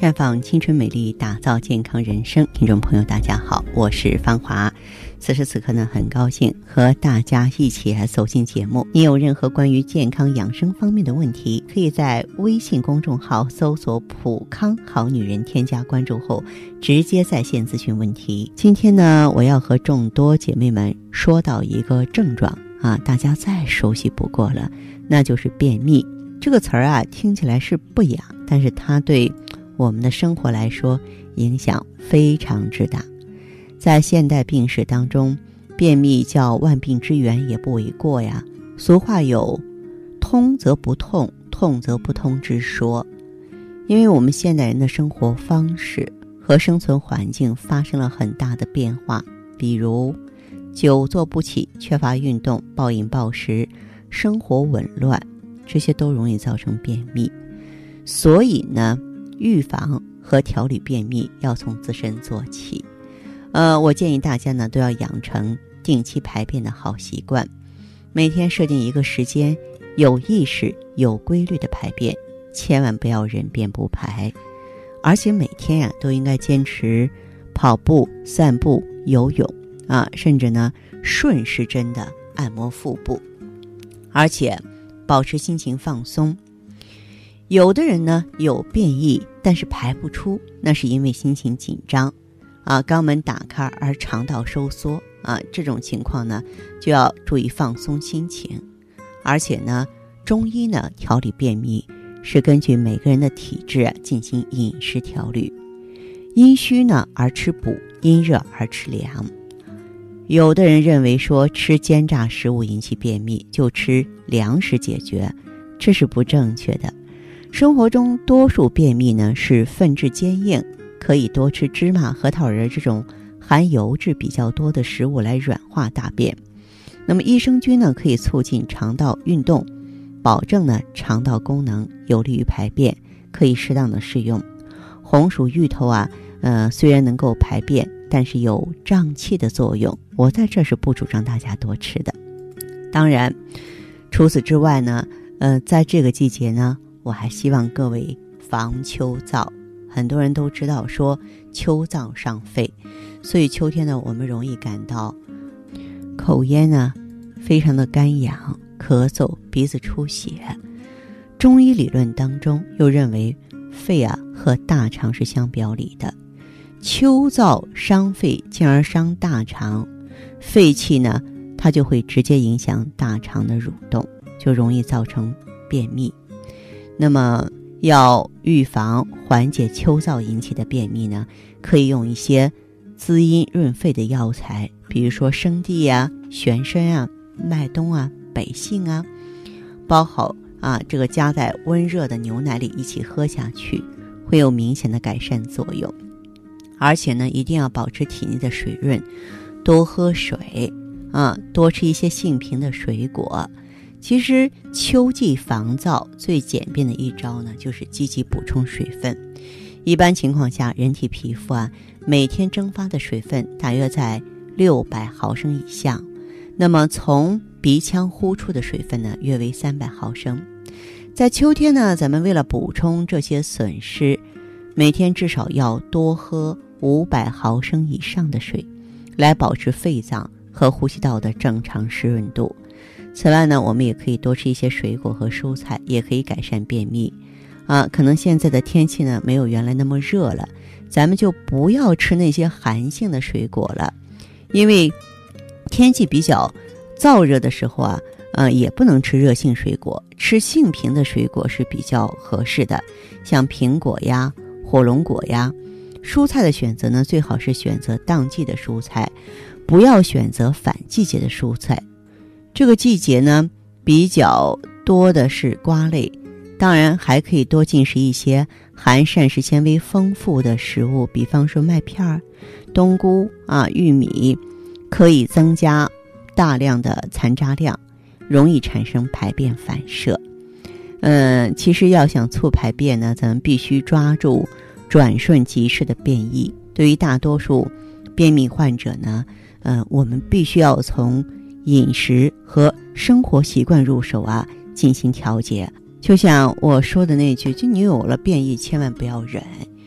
绽放青春美丽，打造健康人生。听众朋友大家好，我是芳华。此时此刻呢，很高兴和大家一起来走进节目。你有任何关于健康养生方面的问题，可以在微信公众号搜索普康好女人，添加关注后直接在线咨询问题。今天呢，我要和众多姐妹们说到一个症状大家再熟悉不过了，那就是便秘。这个词儿听起来是不雅，但是它对我们的生活来说影响非常之大。在现代病史当中，便秘叫万病之源也不为过呀。俗话有通则不痛，痛则不通之说。因为我们现代人的生活方式和生存环境发生了很大的变化，比如久坐不起、缺乏运动、暴饮暴食、生活紊乱，这些都容易造成便秘。所以呢，预防和调理便秘要从自身做起。我建议大家呢都要养成定期排便的好习惯，每天设定一个时间，有意识、有规律的排便，千万不要人便不排。而且每天都应该坚持跑步、散步、游泳甚至呢顺时针的按摩腹部，而且保持心情放松。有的人呢有便意，但是排不出，那是因为心情紧张肛门打开而肠道收缩这种情况呢就要注意放松心情。而且呢，中医呢调理便秘是根据每个人的体质进行饮食调理，阴虚呢而吃补，阴热而吃凉。有的人认为说吃煎炸食物引起便秘，就吃凉食解决，这是不正确的。生活中多数便秘呢是粪质坚硬，可以多吃芝麻、核桃仁这种含油质比较多的食物来软化大便。那么益生菌呢可以促进肠道运动，保证呢肠道功能，有利于排便，可以适当的食用。红薯、芋头虽然能够排便，但是有胀气的作用，我在这是不主张大家多吃的。当然除此之外呢在这个季节呢，我还希望各位防秋燥。很多人都知道说秋燥伤肺，所以秋天呢我们容易感到口咽呢非常的干痒、咳嗽、鼻子出血。中医理论当中又认为肺和大肠是相表里的，秋燥伤肺，进而伤大肠，肺气呢它就会直接影响大肠的蠕动，就容易造成便秘。那么要预防缓解秋燥引起的便秘呢，可以用一些滋阴润肺的药材，比如说生地玄参麦冬北杏包好这个加在温热的牛奶里一起喝下去，会有明显的改善作用。而且呢，一定要保持体内的水润，多喝水多吃一些性平的水果。其实秋季防燥最简便的一招呢，就是积极补充水分。一般情况下，人体皮肤每天蒸发的水分大约在600毫升以下，那么从鼻腔呼出的水分呢，约为300毫升。在秋天呢，咱们为了补充这些损失，每天至少要多喝500毫升以上的水，来保持肺脏和呼吸道的正常湿润度。此外呢，我们也可以多吃一些水果和蔬菜，也可以改善便秘可能现在的天气呢没有原来那么热了，咱们就不要吃那些寒性的水果了。因为天气比较燥热的时候也不能吃热性水果，吃性平的水果是比较合适的，像苹果火龙果蔬菜的选择呢，最好是选择当季的蔬菜，不要选择反季节的蔬菜。这个季节呢比较多的是瓜类，当然还可以多进食一些含膳食纤维丰富的食物，比方说麦片、冬菇玉米，可以增加大量的残渣量，容易产生排便反射。其实要想促排便呢，咱们必须抓住转瞬即逝的便意。对于大多数便秘患者呢，我们必须要从饮食和生活习惯入手进行调节。就像我说的那句，就你有了便意千万不要忍，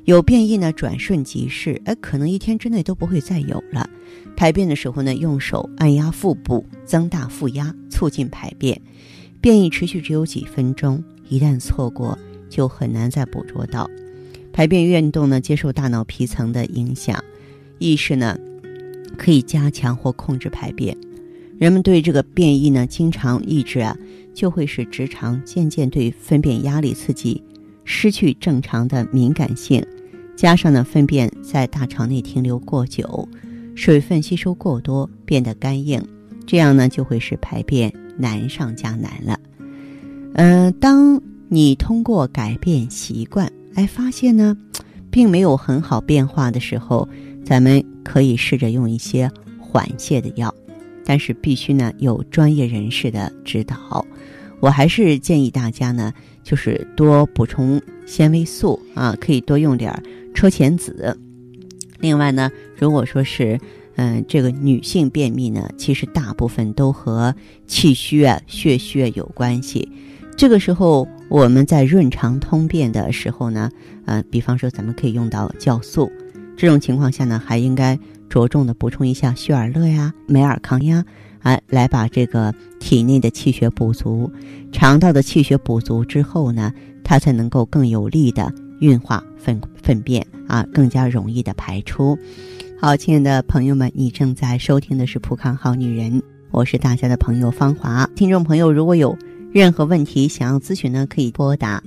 有便意呢转瞬即逝，可能1天之内都不会再有了。排便的时候呢，用手按压腹部，增大腹压，促进排便。便意持续只有几分钟，一旦错过就很难再捕捉到。排便运动呢，接受大脑皮层的影响，意识呢可以加强或控制排便。人们对这个便意呢经常抑制就会使直肠渐渐对粪便压力刺激失去正常的敏感性，加上呢粪便在大肠内停留过久，水分吸收过多，变得干硬，这样呢就会使排便难上加难了。当你通过改变习惯，发现呢并没有很好变化的时候，咱们可以试着用一些缓泻的药，但是必须呢有专业人士的指导。我还是建议大家呢，就是多补充纤维素可以多用点车前子。另外呢，如果说是这个女性便秘呢，其实大部分都和气虚血虚有关系。这个时候我们在润肠通便的时候呢，比方说咱们可以用到酵素。这种情况下呢，还应该着重的补充一下血尔乐美尔康来把这个体内的气血补足。肠道的气血补足之后呢，它才能够更有力的运化粪便更加容易的排出。好，亲爱的朋友们，你正在收听的是普康好女人，我是大家的朋友芳华。听众朋友如果有任何问题想要咨询呢，可以拨打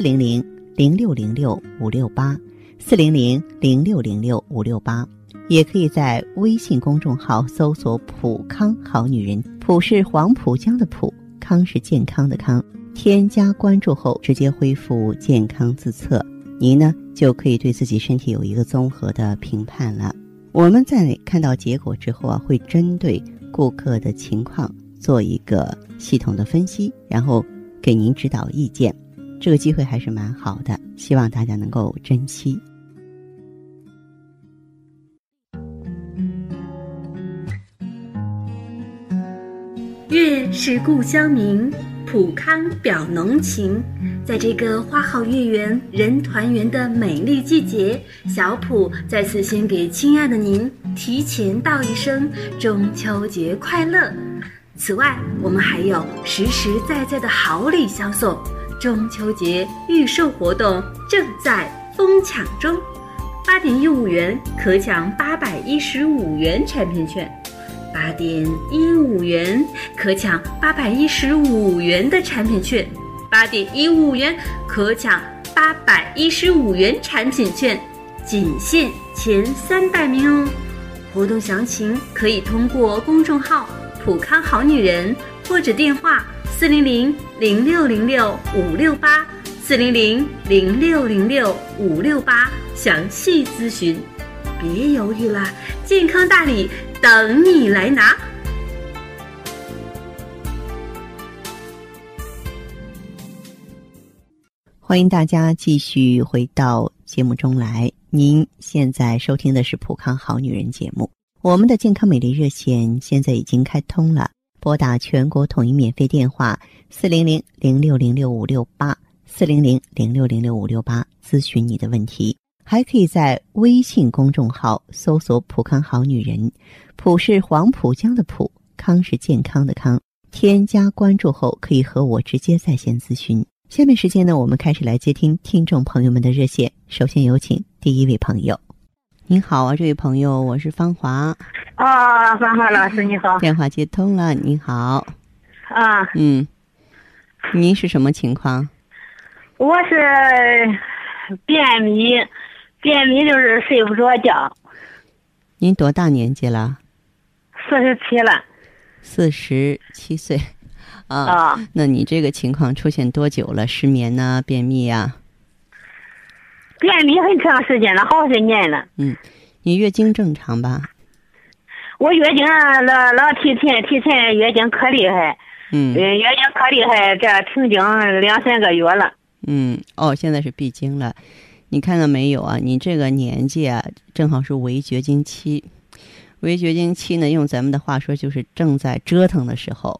400-0606-568 400-0606-568，也可以在微信公众号搜索普康好女人，普是黄浦江的浦，康是健康的康，添加关注后直接恢复健康自测，您呢就可以对自己身体有一个综合的评判了。我们在看到结果之后会针对顾客的情况做一个系统的分析，然后给您指导意见。这个机会还是蛮好的，希望大家能够珍惜。 月是故乡明，普康表浓情。在这个花好月圆人团圆的美丽季节，小普再次先给亲爱的您提前道一声中秋节快乐。此外，我们还有实实在在的好礼相送，中秋节预售活动正在疯抢中，8.15元可抢815元产品券，8.15元可抢815元的产品券，8.15元可抢815元产品券，仅限前300名哦。活动详情可以通过公众号普康好女人或者电话400-0606-568 400-0606-568详细咨询。别犹豫啦，健康大礼等你来拿。 欢迎大家继续回到节目中来，您现在收听的是普康好女人节目。我们的健康美丽热线现在已经开通了，拨打全国统一免费电话400-0606-568 400-0606-568咨询你的问题。还可以在微信公众号搜索普康好女人，普是黄浦江的浦，康是健康的康，添加关注后可以和我直接在线咨询。下面时间呢，我们开始来接听听众朋友们的热线。首先有请第一位朋友。您好这位朋友，我是芳华。 芳华老师你好。 电话接通了，你好。您是什么情况？ 我是便秘就是睡不着觉。 您多大年纪了 ？47了。 47岁。那你这个情况出现多久了？失眠呢？便秘啊？ 便秘很长时间了，好些年了。 你月经正常吧？ 我月经老提前月经可厉害。月经可厉害，这停经2-3个月了。 现在是闭经了。你看到没有啊？你这个年纪正好是围绝经期。围绝经期呢，用咱们的话说就是正在折腾的时候。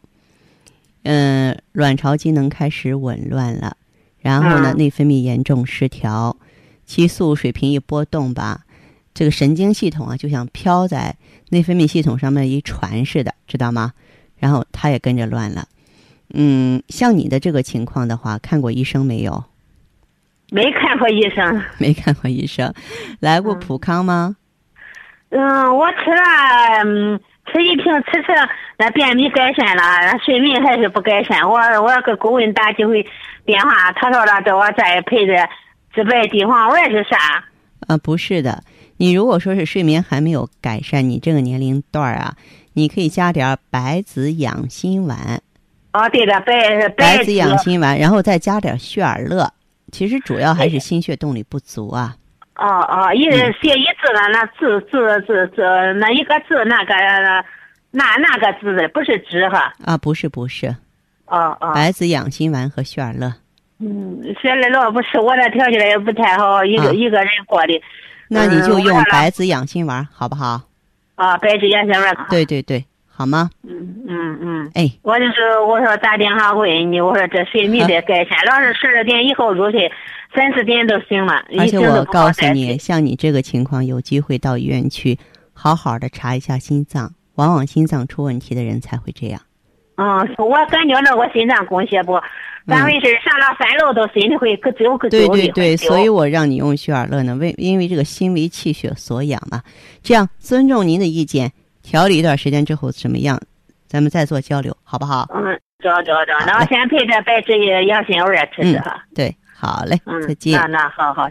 卵巢机能开始紊乱了，然后呢，内分泌严重失调， 激素水平一波动吧，这个神经系统啊就像飘在内分泌系统上面一船似的，知道吗？然后它也跟着乱了。像你的这个情况的话，看过医生没有？ 没看过医生。 没看过医生。来过普康吗？ 我吃了，吃一瓶吃，那便秘改善了，睡眠还是不改善。我给顾问打几回电话，他说了叫我再配着治白地黄丸是啥？ 不是的，你如果说是睡眠还没有改善，你这个年龄段啊，你可以加点白子养心丸。 对的， 白子养心丸，然后再加点血尔乐。其实主要还是心血动力不足啊。 一人写一字了，那字那一个字那个字不是纸哈？ 不是。白子养心丸和血尔乐。 血尔乐不是我的条件也不太好，一个人过的。 那你就用白子养心丸好不好？ 白子养心丸。 对，好吗？我说打电话问你，我说这睡眠得改善，老是12点以后入睡，3、4点都醒了。 而且我告诉你，像你这个情况，有机会到医院去好好的查一下心脏，往往心脏出问题的人才会这样。 我感觉到我心脏供血不，咱回是上了3楼都心里会咯啾咯啾。 对，所以我让你用血尔乐呢，因为这个心为气血所养嘛。这样尊重您的意见，调理一段时间之后怎么样，咱们再做交流，好不好？ 知道。那我先配着白子养心丸吃吃哈。 对，好嘞，再见。 那好。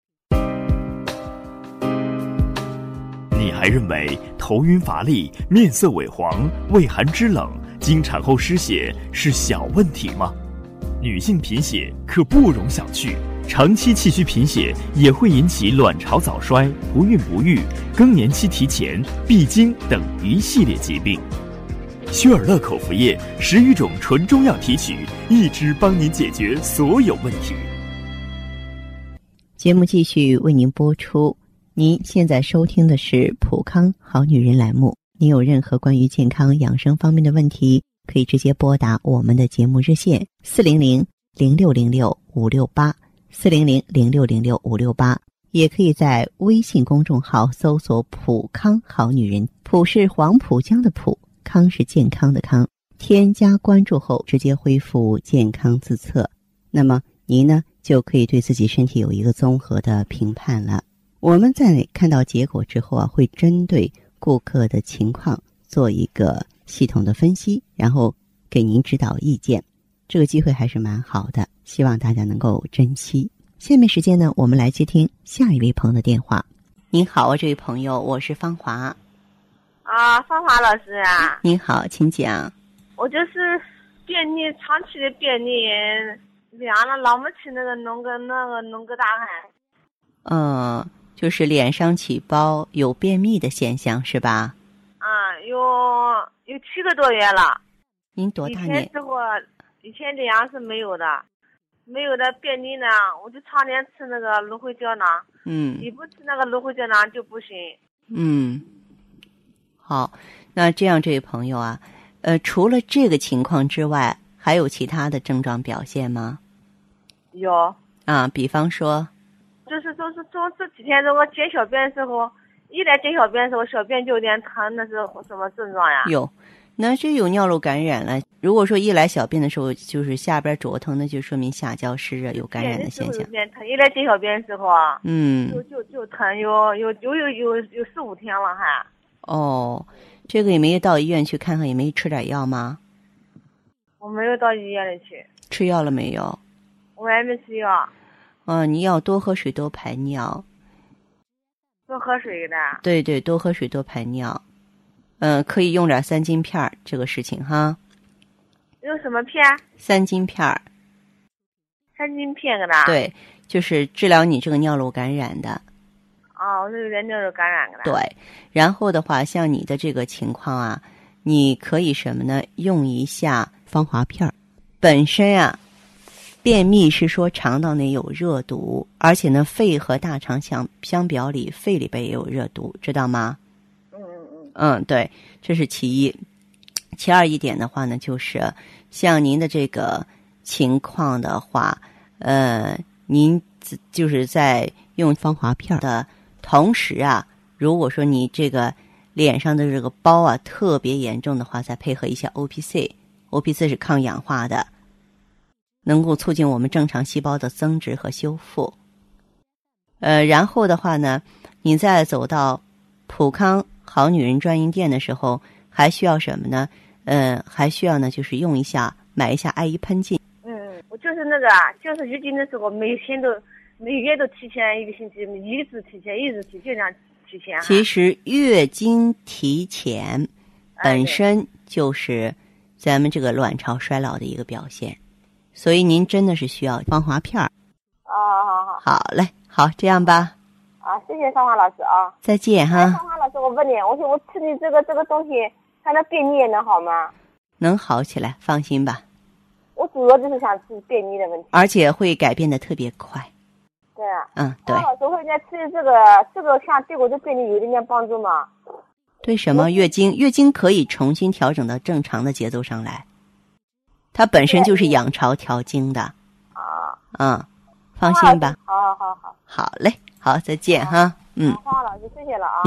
你还认为头晕乏力、面色萎黄、畏寒肢冷、经产后失血是小问题吗？女性贫血可不容小觑，长期气虚贫血也会引起卵巢早衰、不孕不育、更年期提前、闭经等一系列疾病。血尔乐口服液10余种纯中药提取，一支帮您解决所有问题。 节目继续为您播出。您现在收听的是普康好女人栏目。您有任何关于健康养生方面的问题，可以直接拨打我们的节目热线400-0606-568，400-0606-568，也可以在微信公众号搜索普康好女人，普是黄浦江的浦，康是健康的康，添加关注后直接恢复健康自测，那么您呢就可以对自己身体有一个综合的评判了。我们在看到结果之后会针对顾客的情况做一个系统的分析，然后给您指导意见。这个机会还是蛮好的，希望大家能够珍惜。下面时间呢，我们来接听下一位朋友的电话。您好，这位朋友，我是芳华。 芳华老师啊。 您好，请讲。 我就是便秘，长期的便秘，脸上老没起弄个大汗。 就是脸上起包，有便秘的现象是吧？ 有7个多月了。 您多大年？ 以前这样是没有的便秘呢，我就常年吃那个芦荟胶囊。你不吃那个芦荟胶囊就不行。 好，那这样这位朋友啊，除了这个情况之外，还有其他的症状表现吗？ 有。 比方说。 就是从这几天我解小便的时候，一来解小便的时候，小便就有点疼，那是什么症状呀？有， 那这有尿路感染了。如果说一来小便的时候就是下边灼疼，那就说明下焦湿热有感染的现象。 有点疼，一来解小便的时候啊，就疼，有4、5天了还。 这个也没到医院去看看，也没吃点药吗？ 我没有到医院里去。 吃药了没有？ 我还没吃药。 你要多喝水多排尿。 多喝水的。 对，多喝水多排尿。可以用点3金片这个事情哈。 用什么片？3 金片。 3金片的。 对，就是治疗你这个尿路感染的。 我是有点尿路感染的。 对，然后的话，像你的这个情况啊，你可以什么呢？用一下芳华片。本身啊。便秘是说肠道内有热毒，而且呢，肺和大肠相表里，肺里边也有热毒，知道吗？对，这是其一。其二一点的话呢，就是像您的这个情况的话，您就是在用芳华片的同时啊，如果说你这个脸上的这个包啊特别严重的话，再配合一下 OPC 是抗氧化的，能够促进我们正常细胞的增殖和修复。然后的话呢，你再走到普康好女人专营店的时候，还需要什么呢？还需要呢，就是买一下爱伊喷净。 我就是就是月经的时候，每月都提前1个星期，一直提前这样提前。 其实月经提前本身就是咱们这个卵巢衰老的一个表现，所以您真的是需要芳华片儿。好嘞，好，这样吧。 谢谢芳华老师啊。 再见哈。 芳华老师，我问你，我吃你这个东西，它的便秘也能好吗？ 能好起来，放心吧。 我主要就是想治便秘的问题， 而且会改变的特别快。 对啊。 对。 老师会在吃这个像对我的便秘有一点帮助吗？ 对什么？月经可以重新调整到正常的节奏上来，它本身就是养巢调经的。放心吧。好嘞，好，再见哈。 芳老师，谢谢了啊。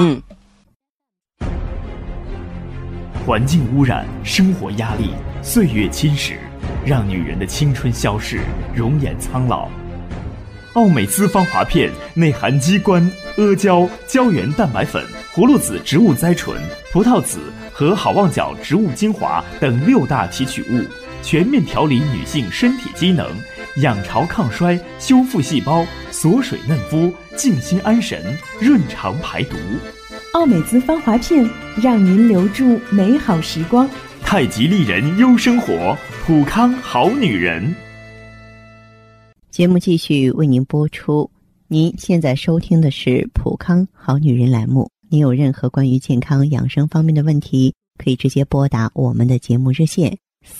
环境污染、生活压力、岁月侵蚀，让女人的青春消逝，容颜苍老。奥美姿芳华片内含鸡冠、阿胶、胶原蛋白粉、葫芦籽植物甾醇、葡萄籽和好望角植物精华等6大提取物，全面调理女性身体机能，养巢抗衰，修复细胞，锁水嫩肤，静心安神，润肠排毒。 奥美姿芳华片，让您留住美好时光。 太极丽人优生活，普康好女人。 节目继续为您播出。您现在收听的是普康好女人栏目。您有任何关于健康养生方面的问题，可以直接拨打我们的节目热线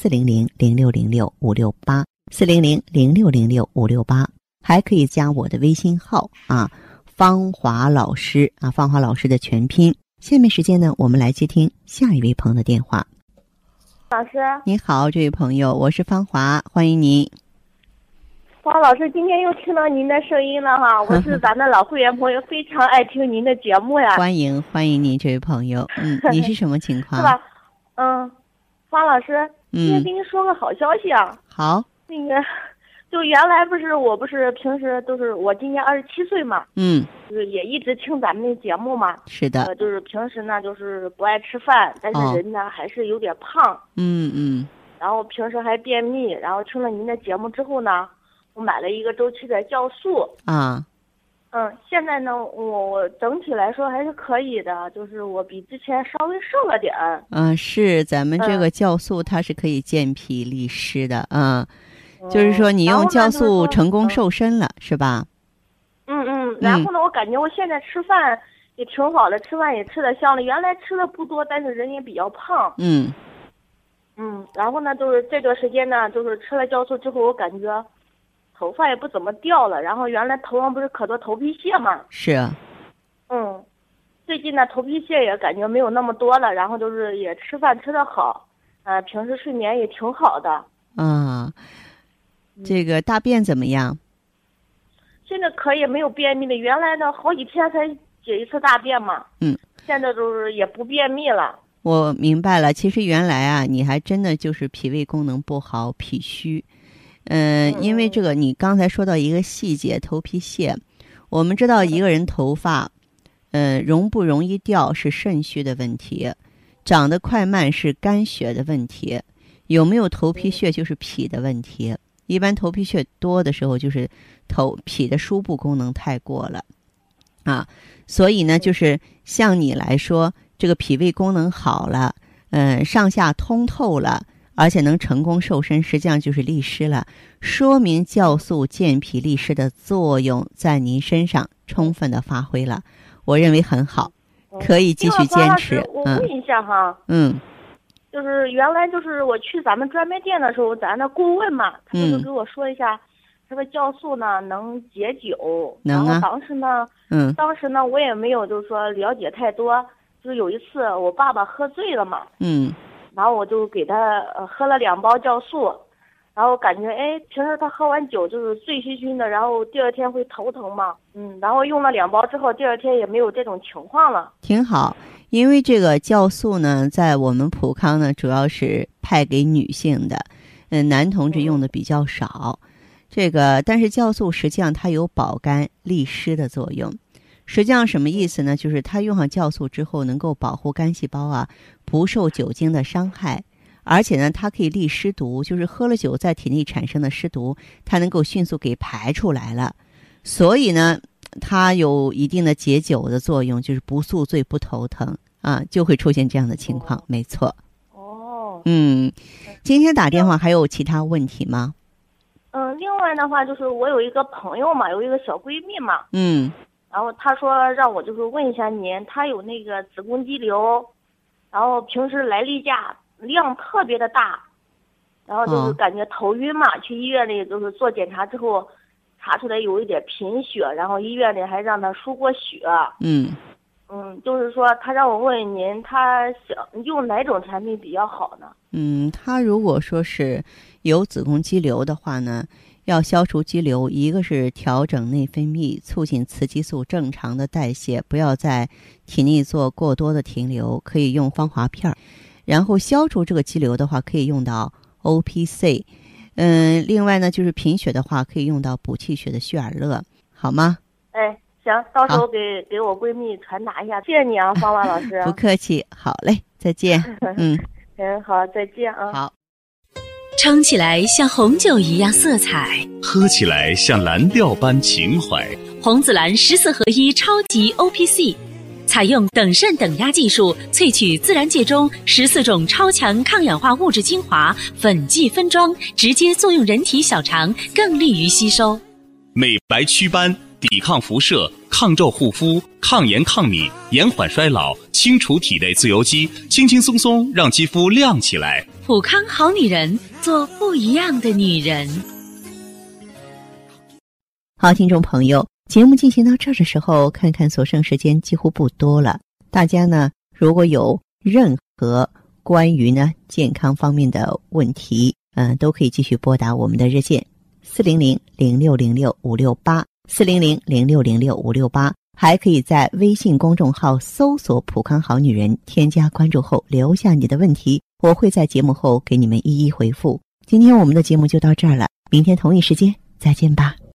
400-0606-568 400-0606-568，还可以加我的微信号芳华老师芳华老师的全拼。下面时间呢，我们来接听下一位朋友的电话。 老师， 你好，这位朋友，我是芳华，欢迎您。 芳老师，今天又听到您的声音了哈，我是咱的老会员朋友，非常爱听您的节目呀。 欢迎您，这位朋友。你是什么情况？ 是吧？芳老师，今天跟您说个好消息啊。 好。 就原来我平时都是我今年27岁嘛，就是也一直听咱们的节目嘛。 是的。 就是平时呢就是不爱吃饭，但是人呢还是有点胖。然后平时还便秘，然后听了您的节目之后呢，我买了一个周期的酵素。现在呢我整体来说还是可以的，就是我比之前稍微瘦了点。 是咱们这个酵素它是可以健脾利湿的就是说你用酵素成功瘦身了，是吧？ 然后呢，我感觉我现在吃饭也挺好的，吃饭也吃得香了。原来吃的不多，但是人也比较胖。然后呢，就是这段时间呢，就是吃了酵素之后，我感觉头发也不怎么掉了。然后原来头上不是可多头皮屑嘛？是。最近呢，头皮屑也感觉没有那么多了，然后就是也吃饭吃得好，平时睡眠也挺好的。 这个大便怎么样？ 现在可以，没有便秘的。原来呢，好几天才解一次大便嘛。现在就是也不便秘了。 我明白了，其实原来你还真的就是脾胃功能不好，脾虚。因为这个你刚才说到一个细节，头皮屑。我们知道一个人头发，容不容易掉是肾虚的问题，长得快慢是肝血的问题，有没有头皮屑就是脾的问题。一般头皮屑多的时候，就是脾的输布功能太过了所以呢，就是像你来说，这个脾胃功能好了，上下通透了，而且能成功瘦身，实际上就是利湿了，说明酵素健脾利湿的作用在您身上充分的发挥了，我认为很好，可以继续坚持。 我问一下哈。就是原来就是我去咱们专卖店的时候，咱的顾问嘛，他就给我说一下，他说酵素呢能解酒，然后当时呢我也没有就是说了解太多，就是有一次我爸爸喝醉了嘛，然后我就给他喝了2包酵素， 然后感觉平时他喝完酒就是醉醺醺的，然后第二天会头疼嘛，然后用了2包之后，第二天也没有这种情况了。 挺好，因为这个酵素呢，在我们普康呢，主要是派给女性的，男同志用的比较少。这个，但是酵素实际上它有保肝利湿的作用。实际上什么意思呢？就是它用上酵素之后，能够保护肝细胞啊不受酒精的伤害。而且呢，它可以利湿毒，就是喝了酒在体内产生的湿毒，它能够迅速给排出来了。所以呢，它有一定的解酒的作用，就是不宿醉不头疼啊，就会出现这样的情况。没错。今天打电话还有其他问题吗？ 另外的话就是我有一个朋友嘛，有一个小闺蜜嘛，然后她说让我就是问一下您，她有那个子宫肌瘤，然后平时来例假量特别的大，然后就是感觉头晕嘛，去医院里就是做检查之后查出来有一点贫血，然后医院里还让她输过血。就是说他让我问您，他想用哪种产品比较好呢？ 他如果说是有子宫肌瘤的话呢，要消除肌瘤，一个是调整内分泌，促进雌激素正常的代谢，不要在体内做过多的停留，可以用芳华片。然后消除这个肌瘤的话，可以用到 OPC。另外呢，就是贫血的话，可以用到补气血的血尔乐，好吗？ 行，到时候给我闺蜜传达一下，谢谢你啊，芳华老师。 不客气，好嘞，再见。 好，再见啊。 好。 撑起来像红酒一样色彩， 喝起来像蓝调般情怀。 红紫蓝14合1超级 OPC， 采用等渗等压技术萃取自然界中14种超强抗氧化物质精华，粉剂分装，直接作用人体小肠，更利于吸收。 美白祛斑，抵抗辐射，抗皱护肤，抗炎抗敏，延缓衰老，清除体内自由基，轻轻松松让肌肤亮起来。 普康好女人，做不一样的女人。 好，听众朋友，节目进行到这儿的时候，看看所剩时间几乎不多了。大家呢，如果有任何关于呢健康方面的问题，都可以继续拨打我们的热线400-0606-568，400-0606-568，还可以在微信公众号搜索普康好女人，添加关注后留下你的问题，我会在节目后给你们一一回复。今天我们的节目就到这儿了，明天同一时间再见吧。